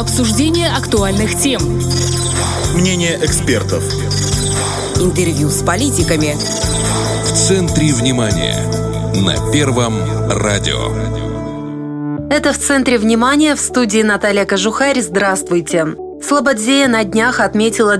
Обсуждение актуальных тем. Мнение экспертов. Интервью с политиками. В центре внимания. На Первом радио. Это «В центре внимания», в студии Наталья Кожухарь. Здравствуйте. Слободзея на днях отметила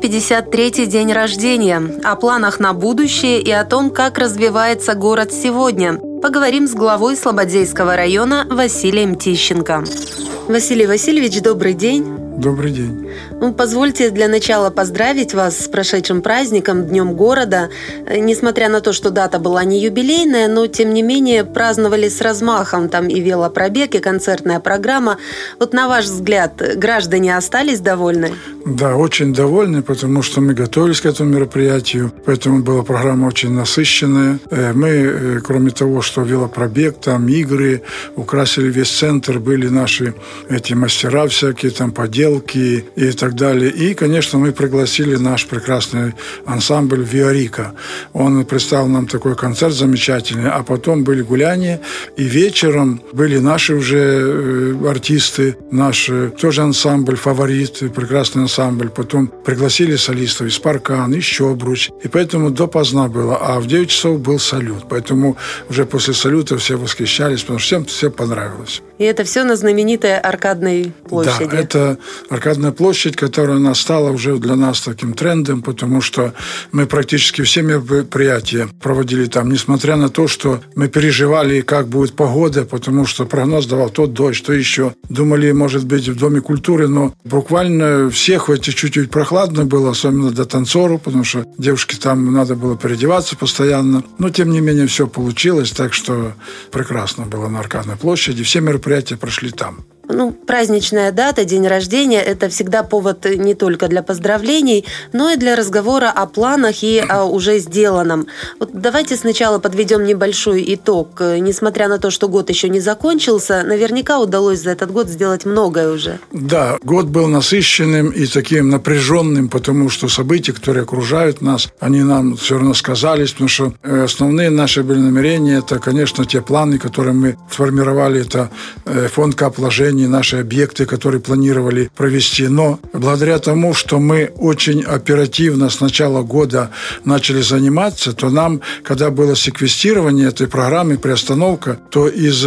253-й день рождения. О планах на будущее и о том, как развивается город сегодня, поговорим с главой Слободзейского района Василием Тищенко. Василий Васильевич, добрый день. Добрый день. Позвольте для начала поздравить вас с прошедшим праздником, Днем города. Несмотря на то, что дата была не юбилейная, но тем не менее праздновали с размахом. Там и велопробег, и концертная программа. На ваш взгляд, граждане остались довольны? Да, очень довольны, потому что мы готовились к этому мероприятию, поэтому была программа очень насыщенная. Мы, кроме того, что велопробег, там игры, украсили весь центр, были наши эти мастера всякие, там поделки и так далее. И, конечно, мы пригласили наш прекрасный ансамбль «Виарика». Он представил нам такой концерт замечательный, а потом были гуляния, и вечером были наши уже артисты, наш тоже ансамбль «Фаворит», прекрасный ансамбль. Потом пригласили солистов из Паркан, из Щобруч. И поэтому допоздна было. А в 9 часов был салют. Поэтому уже после салюта все восхищались, потому что всем все понравилось. И это все на знаменитой Аркадной площади. Да, это Аркадная площадь, которая она стала уже для нас таким трендом, потому что мы практически все мероприятия проводили там, несмотря на то, что мы переживали, как будет погода, потому что прогноз давал то дождь, то еще. Думали, может быть, в Доме культуры, но буквально всех чуть-чуть прохладно было, особенно до танцору, потому что девушке там надо было переодеваться постоянно. Но, тем не менее, все получилось, так что прекрасно было на Аркадной площади. Все мероприятия прошли там. Праздничная дата, день рождения – это всегда повод не только для поздравлений, но и для разговора о планах и о уже сделанном. Давайте сначала подведем небольшой итог. Несмотря на то, что год еще не закончился, наверняка удалось за этот год сделать многое уже. Да, год был насыщенным и таким напряженным, потому что события, которые окружают нас, они нам все равно сказались, потому что основные наши были намерения – это, конечно, те планы, которые мы сформировали, это фонд капвложений, наши объекты, которые планировали провести. Но благодаря тому, что мы очень оперативно с начала года начали заниматься, то нам, когда было секвестирование этой программы, приостановка, то из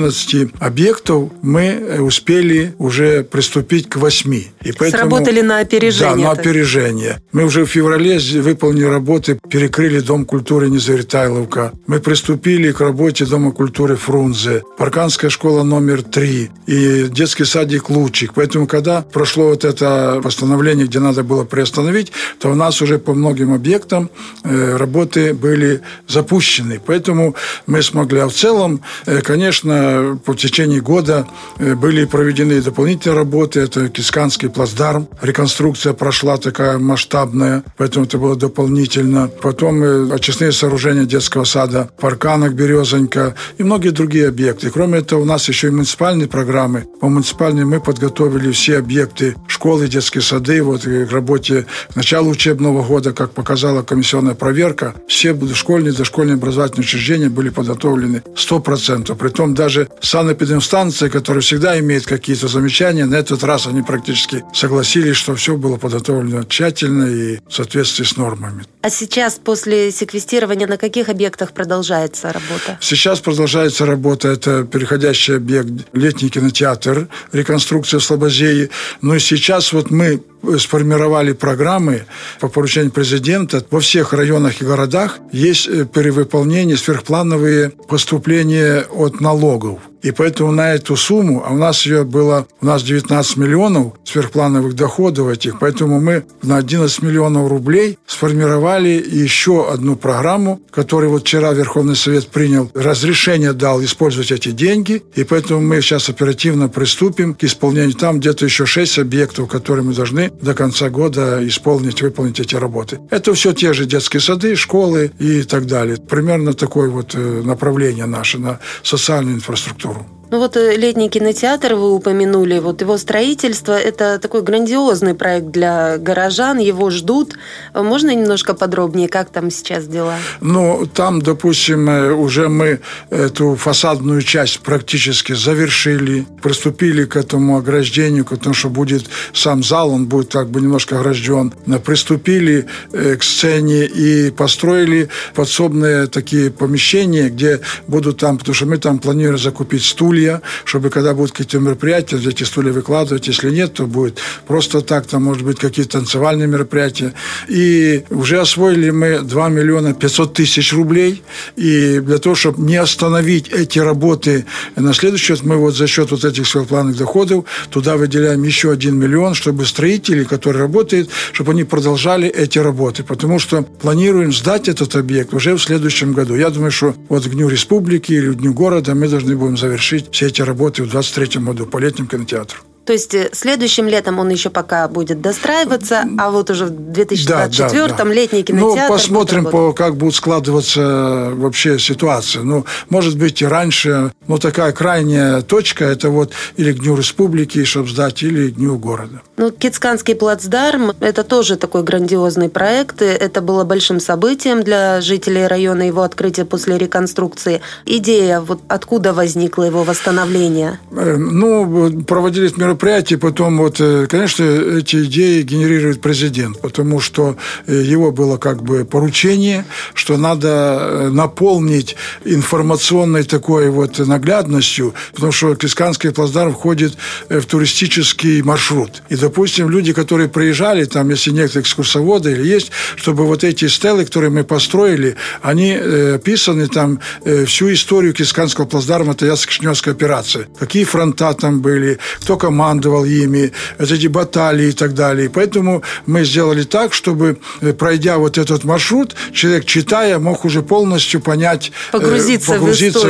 11 объектов мы успели уже приступить к 8. И поэтому, сработали на опережение. Да, на опережение. Мы уже в феврале выполнили работы, перекрыли Дом культуры Незавертайловка. Мы приступили к работе Дома культуры Фрунзе, Парканская школа номер 3 и детский садик «Лучик». Поэтому, когда прошло это постановление, где надо было приостановить, то у нас уже по многим объектам работы были запущены. Поэтому мы смогли. А в целом, конечно, по течение года были проведены дополнительные работы. Это Кисканский плацдарм. Реконструкция прошла такая масштабная, поэтому это было дополнительно. Потом очистные сооружения детского сада Парканок, Березонька и многие другие объекты. Кроме этого, у нас еще и муниципальные программы. По муниципальной мы подготовили все объекты школы, детские сады. К работе к началу учебного года, как показала комиссионная проверка, все школьные, дошкольные образовательные учреждения были подготовлены 100%. Притом даже санэпидемстанция, которая всегда имеет какие-то замечания, на этот раз они практически согласились, что все было подготовлено тщательно и в соответствии с нормами. А сейчас, после секвестирования, на каких объектах продолжается работа? Сейчас продолжается работа. Это переходящий объект летний кинотеатр, реконструкция Слободзеи. И сейчас мы сформировали программы по поручению президента. Во всех районах и городах есть перевыполнение, сверхплановые поступления от налогов. И поэтому на эту сумму, а у нас 19 миллионов сверхплановых доходов этих, поэтому мы на 11 миллионов рублей сформировали еще одну программу, которую вчера Верховный Совет принял, разрешение дал использовать эти деньги, и поэтому мы сейчас оперативно приступим к исполнению. Там где-то еще 6 объектов, которые мы должны до конца года выполнить эти работы. Это все те же детские сады, школы и так далее. Примерно такое направление наше на социальную инфраструктуру. Ну вот летний кинотеатр вы упомянули, вот его строительство – это такой грандиозный проект для горожан, его ждут. Можно немножко подробнее, как там сейчас дела? Ну, там, допустим, уже мы эту фасадную часть практически завершили, приступили к этому ограждению, к тому, что будет сам зал, он будет как бы немножко огражден. Приступили к сцене и построили подсобные такие помещения, где будут там, потому что мы там планируем закупить стулья, чтобы когда будут какие-то мероприятия, эти стулья выкладывать. Если нет, то будет просто так, там может быть какие-то танцевальные мероприятия. И уже освоили мы 2 миллиона 500 тысяч рублей. И для того, чтобы не остановить эти работы на следующий год, мы вот за счет вот этих своеплановых доходов туда выделяем еще 1 миллион, чтобы строители, которые работают, чтобы они продолжали эти работы. Потому что планируем сдать этот объект уже в следующем году. Я думаю, что вот к Дню Республики или к Дню города мы должны будем завершить все эти работы в 2023 году по летнему кинотеатру. То есть следующим летом он еще пока будет достраиваться, а вот уже в 2024-м летний кинотеатр. Ну, посмотрим, как будет складываться вообще ситуация. Ну, может быть, и раньше. Но такая крайняя точка – это вот или к Дню Республики, чтобы сдать, или к Дню города. Ну, Кицканский плацдарм – это тоже такой грандиозный проект. Это было большим событием для жителей района, его открытие после реконструкции. Идея, вот откуда возникло его восстановление? Ну, проводились мероприятия, потом вот, конечно, эти идеи генерирует президент, потому что его было как бы поручение, что надо наполнить информационной такой вот наглядностью, потому что Кицканский плацдарм входит в туристический маршрут. И, допустим, люди, которые приезжали, там, если нет экскурсовода или есть, чтобы вот эти стелы, которые мы построили, они описаны там всю историю Кицканского плацдарма, это Яссы-Кишиневская операция. Какие фронта там были, кто командовал ими, эти баталии и так далее. Поэтому мы сделали так, чтобы, пройдя вот этот маршрут, человек, читая, мог уже полностью понять, погрузиться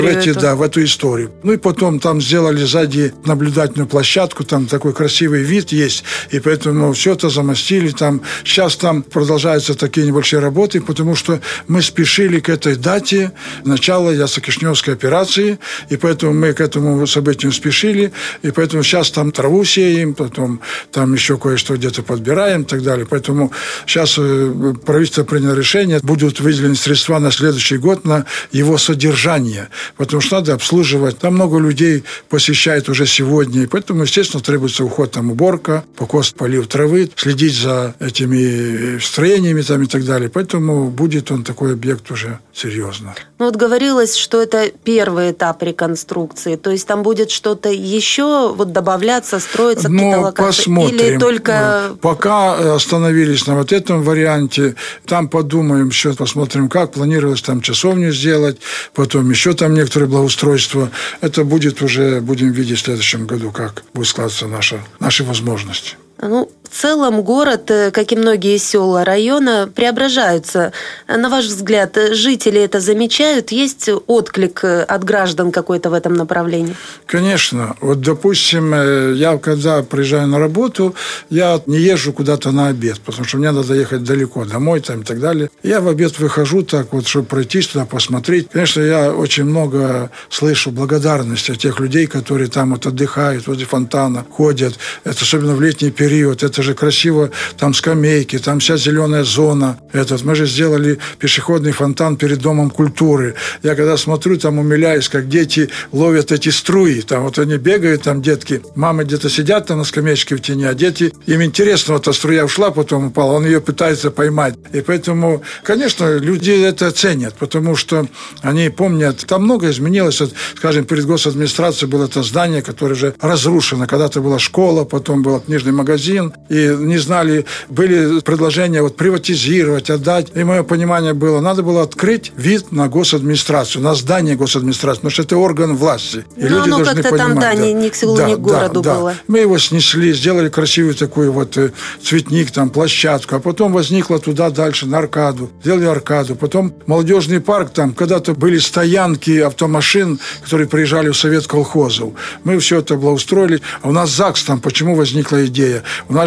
в эту историю. Ну и потом там сделали сзади наблюдательную площадку, там такой красивый вид есть, и поэтому все это замостили. Там. Сейчас там продолжаются такие небольшие работы, потому что мы спешили к этой дате начала Яссы-Кишиневской операции, и поэтому мы к этому событию спешили, и поэтому сейчас там траву сеем, потом там еще кое-что где-то подбираем и так далее. Поэтому сейчас правительство приняло решение, будут выделены средства на следующий год на его содержание, потому что надо обслуживать. Там много людей посещает уже сегодня, и поэтому, естественно, требуется уход, там уборка, покос, полив травы, следить за этими строениями там и так далее. Поэтому будет он такой объект уже серьезно. Ну вот говорилось, что это первый этап реконструкции, то есть там будет что-то еще вот добавляться, строиться, какие-то локации? Посмотрим. Или только... Пока остановились на вот этом варианте, там подумаем, еще посмотрим, как планировалось там часовню сделать, потом еще там некоторые благоустройства. Это будет уже, будем видеть в следующем году, как будет складываться наши возможности. Ну, в целом город, как и многие села района, преображаются. На ваш взгляд, жители это замечают? Есть отклик от граждан какой-то в этом направлении? Конечно. Вот, допустим, я когда приезжаю на работу, я не езжу куда-то на обед, потому что мне надо ехать далеко, домой там, и так далее. Я в обед выхожу так вот, чтобы пройтись туда, посмотреть. Конечно, я очень много слышу благодарности от тех людей, которые там вот отдыхают, возле фонтана ходят. Это особенно в летний период. Это же красиво, там скамейки, там вся зеленая зона. Мы же сделали пешеходный фонтан перед Домом культуры. Я когда смотрю, там умиляюсь, как дети ловят эти струи. Там вот они бегают, там детки, мамы где-то сидят там на скамеечке в тени, а дети, им интересно, вот эта струя ушла, потом упала, он ее пытается поймать. И поэтому, конечно, люди это ценят, потому что они помнят, там много изменилось. Вот, скажем, перед госадминистрацией было это здание, которое уже разрушено. Когда-то была школа, потом был книжный магазин, и не знали, были предложения вот приватизировать, отдать. И мое понимание было, надо было открыть вид на госадминистрацию, на здание госадминистрации, потому что это орган власти. И но люди оно должны как-то понимать. Там, ни к селу, ни к городу было. Мы его снесли, сделали красивый такой вот цветник, там, площадку, а потом возникло туда дальше, на аркаду. Сделали аркаду. Потом молодежный парк, там когда-то были стоянки автомашин, которые приезжали в совет колхозов. Мы все это благоустроили. А у нас ЗАГС там, почему возникла идея? У нас же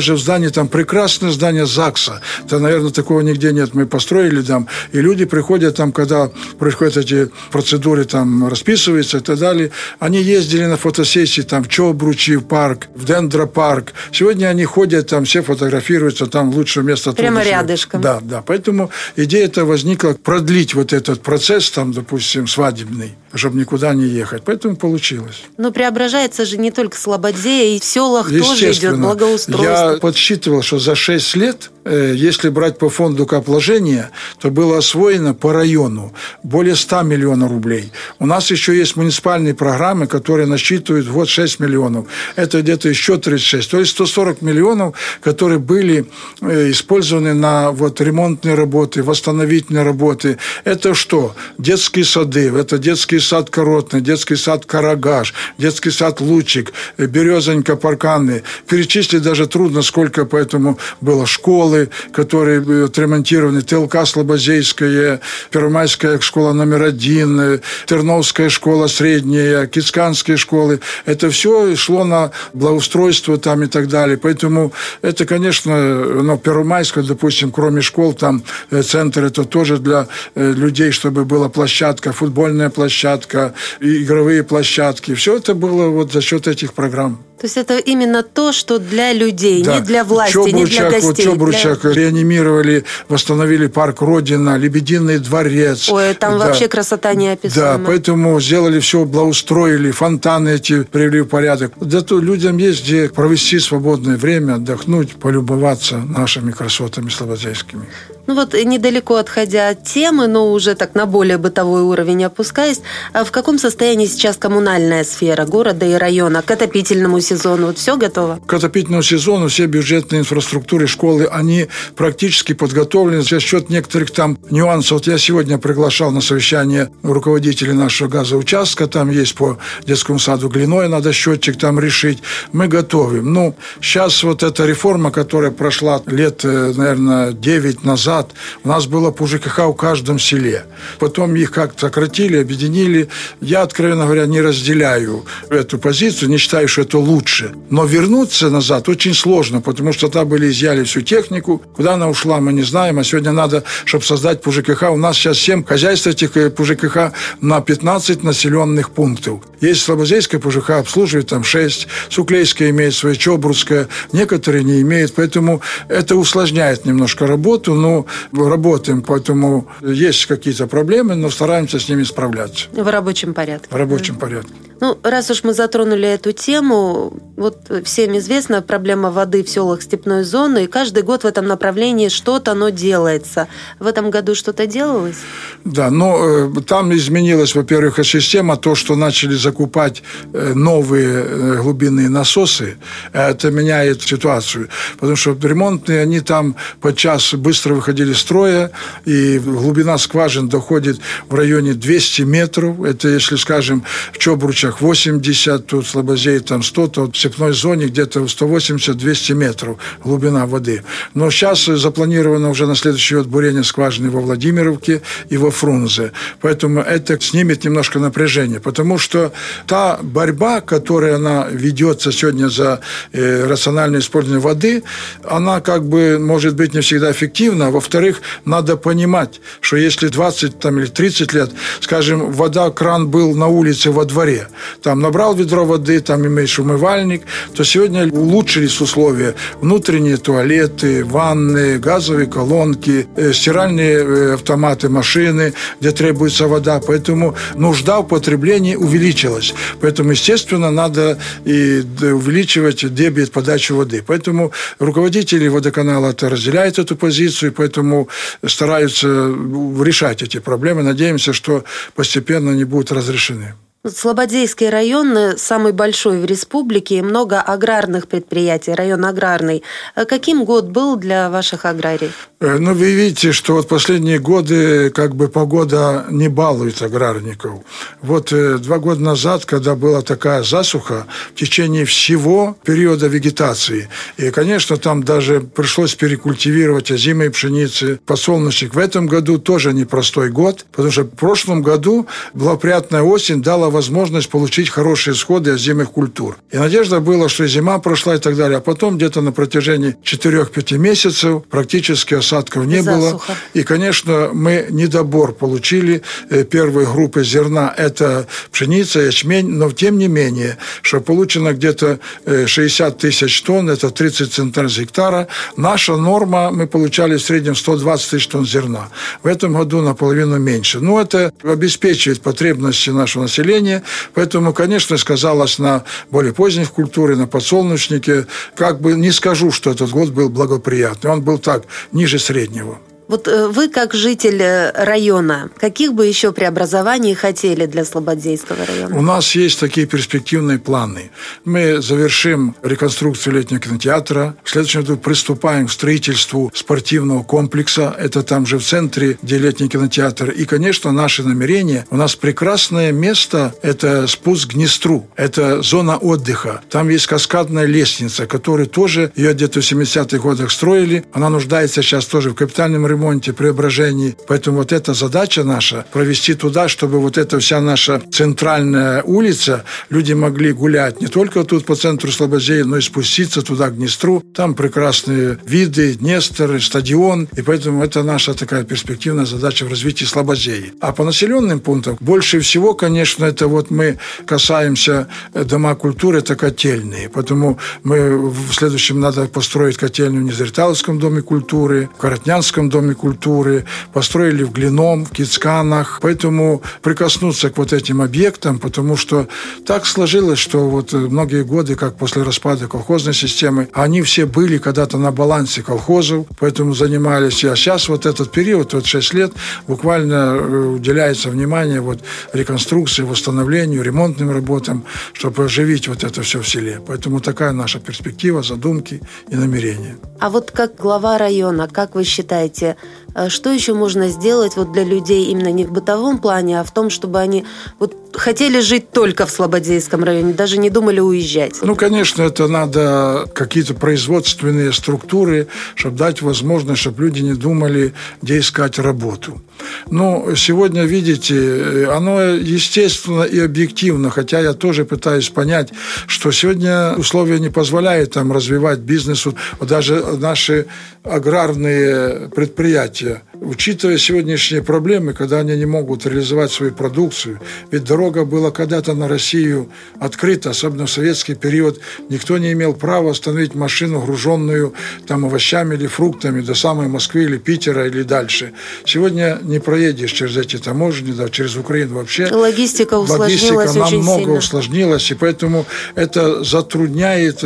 даже в здании, там прекрасное здание ЗАГСа. Это, наверное, такого нигде нет. Мы построили там, и люди приходят там, когда происходят эти процедуры, там расписываются и так далее. Они ездили на фотосессии там в Чобручи парк, в Дендропарк. Сегодня они ходят там, все фотографируются, там лучшее место. Прямо рядышком. Да. Поэтому идея-то возникла продлить вот этот процесс, там, допустим, свадебный, чтобы никуда не ехать. Поэтому получилось. Но преображается же не только Слободея, и в селах тоже идет благоустройство. Я подсчитывал, что за 6 лет, если брать по фонду капвложения, то было освоено по району более 100 миллионов рублей. У нас еще есть муниципальные программы, которые насчитывают в год 6 миллионов. Это где-то еще 36. То есть 140 миллионов, которые были использованы на вот ремонтные работы, восстановительные работы. Это что? Детские сады. Это детский сад Коротный, детский сад Карагаш, детский сад Лучик, Березонька, Парканы. Перечислить даже трудно, сколько поэтому было школы, которые отремонтированы. ТЛК Слободейская, Первомайская школа номер 1, Терновская школа средняя, Кицканские школы. Это все шло на благоустройство там и так далее. Поэтому это, конечно, Первомайская, допустим, кроме школ, там центр, это тоже для людей, чтобы была площадка, футбольная площадка, игровые площадки. Все это было вот за счет этих программ. То есть это именно то, что для людей, да. Не для власти, не для гостей. Вот Чобручак реанимировали, восстановили парк Родина, Лебединый дворец. Ой, там вообще красота неописуемая. Да, поэтому сделали все, благоустроили, фонтаны эти привели в порядок. Зато людям есть где провести свободное время, отдохнуть, полюбоваться нашими красотами слободейскими. Ну вот, недалеко отходя от темы, но уже так на более бытовой уровень опускаясь, в каком состоянии сейчас коммунальная сфера города и района к отопительному сезону? Вот все готово? К отопительному сезону все бюджетные инфраструктуры, школы, они практически подготовлены за счет некоторых там нюансов. Вот я сегодня приглашал на совещание руководителей нашего газоучастка, там есть по детскому саду Глиной, надо счетчик там решить. Мы готовим. Ну, сейчас вот эта реформа, которая прошла лет, наверное, 9 назад, у нас было по ЖКХ в каждом селе. Потом их как-то сократили, объединили. Я, откровенно говоря, не разделяю эту позицию, не считаю, что это лучше. Но вернуться назад очень сложно, потому что тогда изъяли всю технику. Куда она ушла, мы не знаем. А сегодня надо, чтобы создать по ЖКХ. У нас сейчас 7 хозяйств этих по ЖКХ на 15 населенных пунктов. Есть Слободейская по ЖКХ, обслуживает там 6. Суклейская имеет свое, Чобрутская. Некоторые не имеют. Поэтому это усложняет немножко работу. Но работаем, поэтому есть какие-то проблемы, но стараемся с ними справляться. В рабочем порядке. В рабочем порядке. Ну, раз уж мы затронули эту тему, вот всем известна проблема воды в селах степной зоны, и каждый год в этом направлении что-то, но делается. В этом году что-то делалось? Да, но там изменилась, во-первых, система, то, что начали закупать новые глубинные насосы, это меняет ситуацию, потому что ремонтные, они там подчас быстро выходили из строя, и глубина скважин доходит в районе 200 метров, это, если, скажем, в Чобручах 80, тут в Слободее там 100, то в степной зоне где-то 180-200 метров глубина воды. Но сейчас запланировано уже на следующий год бурение скважины во Владимировке и во Фрунзе. Поэтому это снимет немножко напряжение. Потому что та борьба, которая она ведется сегодня за рациональное использование воды, она как бы может быть не всегда эффективна. А во-вторых, надо понимать, что если 20 там, или 30 лет, скажем, вода, кран был на улице во дворе, там набрал ведро воды, там имеешь умывальник, то сегодня улучшились условия. Внутренние туалеты, ванны, газовые колонки, стиральные автоматы, машины, где требуется вода. Поэтому нужда в потреблении увеличилась. Поэтому, естественно, надо и увеличивать дебит подачи воды. Поэтому руководители водоканала разделяют эту позицию, поэтому стараются решать эти проблемы. Надеемся, что постепенно они будут разрешены. Слободейский район самый большой в республике, и много аграрных предприятий, район аграрный. Каким год был для ваших аграриев? Ну, вы видите, что вот последние годы как бы погода не балует аграрников. Вот 2 года назад, когда была такая засуха, в течение всего периода вегетации, и, конечно, там даже пришлось перекультивировать озимые пшеницы, подсолнечник. В этом году тоже непростой год, потому что в прошлом году благоприятная осень дала возможность получить хорошие всходы озимых культур. И надежда была, что зима прошла и так далее. А потом где-то на протяжении 4-5 месяцев практически осадков не было. И, конечно, мы недобор получили первой группы зерна. Это пшеница, ячмень. Но, тем не менее, что получено где-то 60 тысяч тонн, это 30 центнеров с гектара. Наша норма, мы получали в среднем 120 тысяч тонн зерна. В этом году наполовину меньше. Но это обеспечивает потребности нашего населения. Поэтому, конечно, сказалось на более поздних культурах, на подсолнечнике. Как бы не скажу, что этот год был благоприятный. Он был так, ниже среднего. Вот вы, как житель района, каких бы еще преобразований хотели для Слободзейского района? У нас есть такие перспективные планы. Мы завершим реконструкцию летнего кинотеатра. В следующем году приступаем к строительству спортивного комплекса. Это там же в центре, где летний кинотеатр. И, конечно, наши намерения. У нас прекрасное место – это спуск к Днестру. Это зона отдыха. Там есть каскадная лестница, которую тоже, ее где-то в 70-х годах строили. Она нуждается сейчас тоже в капитальном ремонте, преображении. Поэтому вот эта задача наша – провести туда, чтобы вот эта вся наша центральная улица, люди могли гулять не только тут по центру Слободзея, но и спуститься туда, к Днестру. Там прекрасные виды, Днестр, стадион. И поэтому это наша такая перспективная задача в развитии Слободзея. А по населенным пунктам больше всего, конечно, это вот мы касаемся дома культуры, это котельные. Поэтому мы в следующем надо построить котельную в Незритайловском доме культуры, в Коротнянском доме культуры, построили в Глином, в Кицканах. Поэтому прикоснуться к вот этим объектам, потому что так сложилось, что вот многие годы, как после распада колхозной системы, они все были когда-то на балансе колхозов, поэтому занимались. А сейчас вот этот период, вот 6 лет, буквально уделяется внимание вот реконструкции, восстановлению, ремонтным работам, чтобы оживить вот это все в селе. Поэтому такая наша перспектива, задумки и намерения. А вот как глава района, как вы считаете, что еще можно сделать вот для людей именно не в бытовом плане, а в том, чтобы они вот хотели жить только в Слободзейском районе, даже не думали уезжать? Ну, конечно, это надо какие-то производственные структуры, чтобы дать возможность, чтобы люди не думали, где искать работу. Но сегодня, видите, оно естественно и объективно, хотя я тоже пытаюсь понять, что сегодня условия не позволяют там развивать бизнес. Вот даже наши аграрные предприятия, учитывая сегодняшние проблемы, когда они не могут реализовать свою продукцию, ведь дорога была когда-то на Россию открыта, особенно в советский период, никто не имел права остановить машину, груженную там овощами или фруктами до самой Москвы или Питера или дальше. Сегодня не проедешь через эти таможни, да, через Украину вообще. Логистика усложнилась очень сильно. Намного усложнилась, и поэтому это затрудняет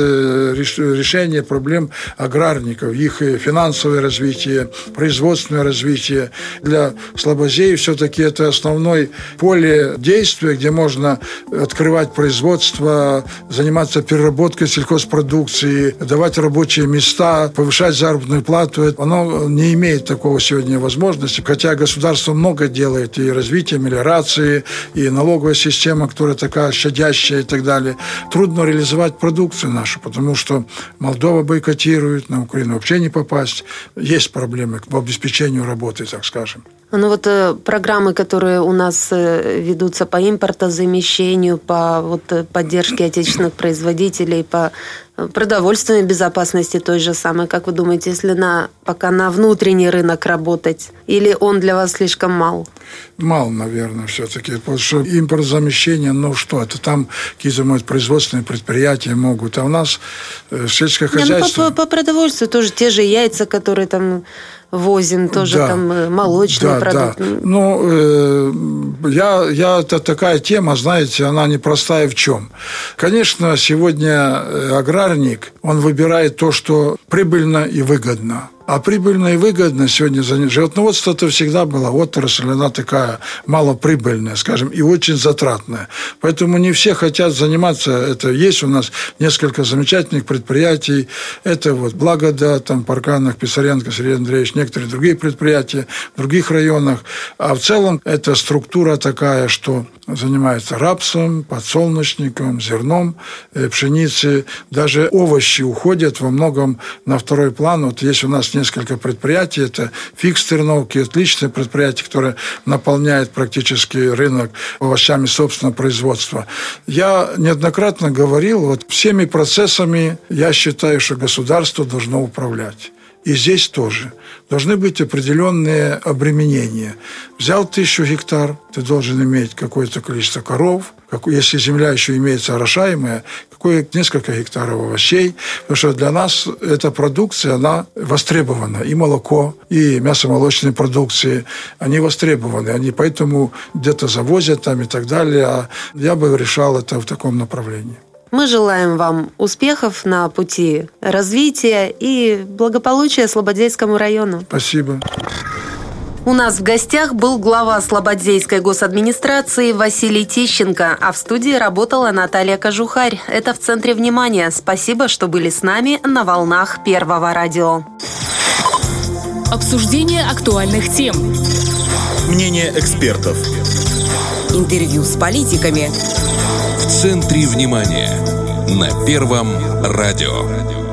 решение проблем аграрников, их финансовое развитие, производственное развитие. Для Слободзея все-таки это основное поле действия, где можно открывать производство, заниматься переработкой сельхозпродукции, давать рабочие места, повышать заработную плату. Оно не имеет такого сегодня возможности, хотя государство много делает, и развитие мелиорации, и налоговая система, которая такая щадящая и так далее. Трудно реализовать продукцию нашу, потому что Молдова бойкотирует, на Украину вообще не попасть. Есть проблемы по обеспечению работы, так скажем. Ну вот программы, которые у нас ведутся по импортозамещению, по вот поддержке отечественных производителей, по продовольственной безопасности той же самой, как вы думаете, если пока на внутренний рынок работать, или он для вас слишком мал? Мал, наверное, все-таки, потому что импортозамещение, ну что, это там какие-то, может, производственные предприятия могут, а у нас сельское хозяйство... По продовольствию тоже те же яйца, которые там возим, тоже да, там молочные продукты. Да. Ну, это такая тема, знаете, она непростая в чем. Конечно, сегодня аграрник, он выбирает то, что прибыльно и выгодно. А прибыльно и выгодно сегодня животноводство это всегда была отрасль, она такая малоприбыльная, скажем, и очень затратная. Поэтому не все хотят заниматься. Это есть у нас несколько замечательных предприятий. Это вот Благода, там Парканах, Писаренко, Сергей Андреевич, некоторые другие предприятия в других районах. А в целом это структура такая, что занимается рапсом, подсолнечником, зерном, пшеницей. Даже овощи уходят во многом на второй план. Вот есть у нас есть несколько предприятий. Это Фикс-Терновки, отличное предприятие, которое наполняет практически рынок овощами собственного производства. Я неоднократно говорил, вот всеми процессами я считаю, что государство должно управлять. И здесь тоже. Должны быть определенные обременения. Взял 1000 гектар, ты должен иметь какое-то количество коров, если земля еще имеется орошаемая, несколько гектаров овощей, потому что для нас эта продукция, она востребована. И молоко, и мясомолочные продукции, они востребованы. Они поэтому где-то завозят там и так далее. А я бы решал это в таком направлении. Мы желаем вам успехов на пути развития и благополучия Слободейскому району. Спасибо. У нас в гостях был глава Слободейской госадминистрации Василий Тищенко, а в студии работала Наталья Кожухарь. Это «В центре внимания». Спасибо, что были с нами на волнах Первого радио. Обсуждение актуальных тем. Мнение экспертов. Интервью с политиками. В центре внимания на Первом радио.